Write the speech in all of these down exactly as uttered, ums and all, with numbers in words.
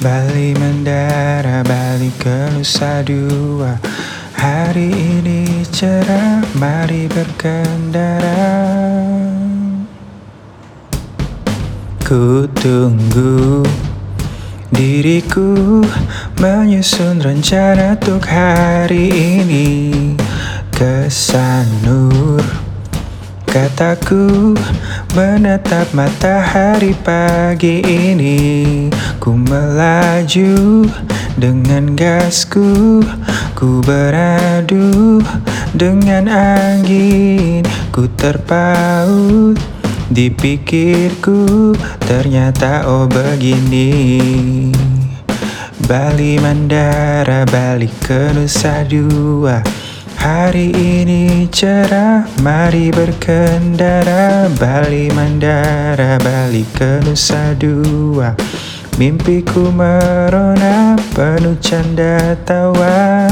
Bali Mandara, balik ke Nusa Dua. Hari ini cerah, mari berkendara. Ku tunggu diriku menyusun rencana untuk hari ini. Ke Sanur, kataku menatap matahari pagi ini. Ku melaju dengan gasku, ku beradu dengan angin. Ku terpaut di pikirku, ternyata oh begini. Bali Mandara, balik ke Nusa Dua. Hari ini cerah, mari berkendara. Bali Mandara, balik ke Nusa Dua. Mimpiku merona, penuh canda tawa.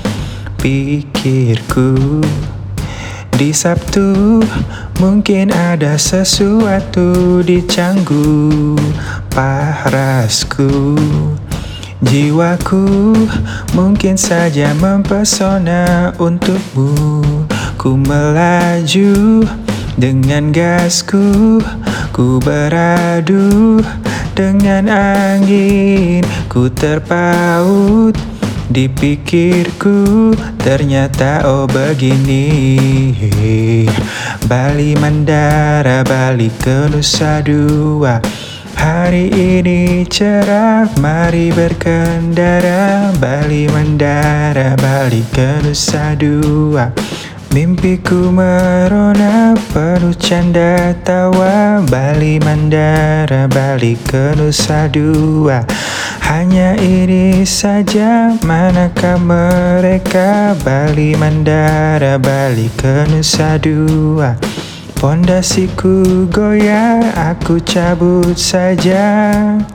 Pikirku di Sabtu mungkin ada sesuatu di Canggu. Parasku, jiwaku mungkin saja mempesona untukmu. Ku melaju dengan gasku, ku beradu dengan angin. Ku terpaut di pikirku, ternyata oh begini. Bali Mandara, balik ke Nusa Dua. Hari ini cerah, mari berkendara. Bali Mandara, balik ke Nusa Dua. Mimpiku merona, penuh canda tawa. Bali Mandara, balik ke Nusa Dua. Hanya ini saja, manakah mereka? Bali Mandara, balik ke Nusa Dua. Pondasiku goyah, aku cabut saja.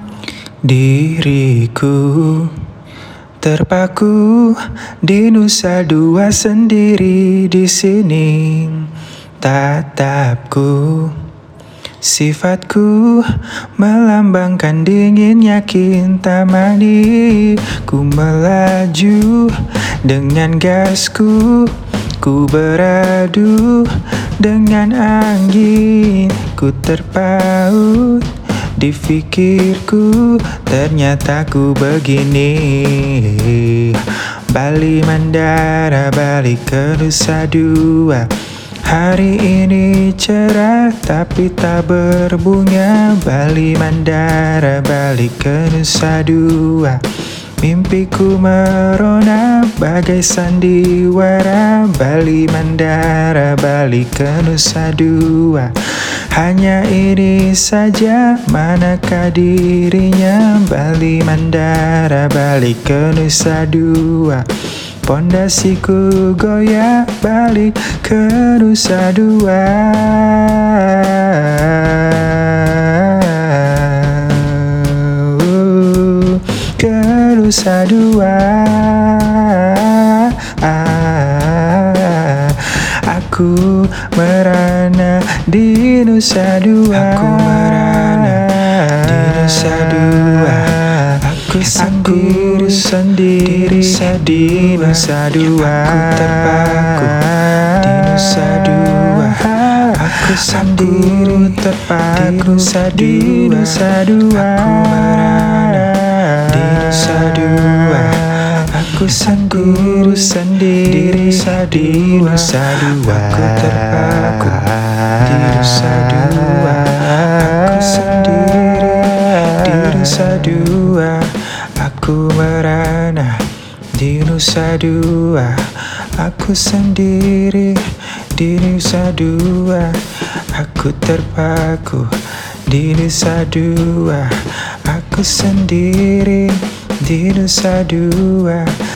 Diriku terpaku di Nusa Dua sendiri di sini. Tatapku, sifatku melambangkan dingin, yakin tamani. Ku melaju dengan gasku, ku beradu dengan angin. Ku terpaut di fikirku, ternyata ku begini. Bali Mandara, balik ke Nusa Dua. Hari ini cerah tapi tak berbunga. Bali Mandara, balik ke Nusa Dua. Mimpiku merona bagai sandiwara. Bali Mandara, balik ke Nusa Dua. Hanya ini saja, manakah dirinya? Bali Mandara, balik ke Nusa Dua. Pondasiku goyah, balik ke Nusa Dua. Ke Nusa Dua. Aku merana di Nusa Dua. Aku merana di Nusa Dua. Aku sendiri, sendiri di Nusa Dua. Aku terpaku di Nusa Dua. Aku sendiri terpaku di Nusa Dua. Aku merana di Nusa Dua. Aku sendiri, sendiri di Nusa Dua. Aku terpaku di Nusa Dua. Aku sendiri di Nusa Dua. Aku merana di Nusa Dua. Aku sendiri di Nusa Dua. Aku terpaku di Nusa Dua. Aku sendiri di Nusa Dua.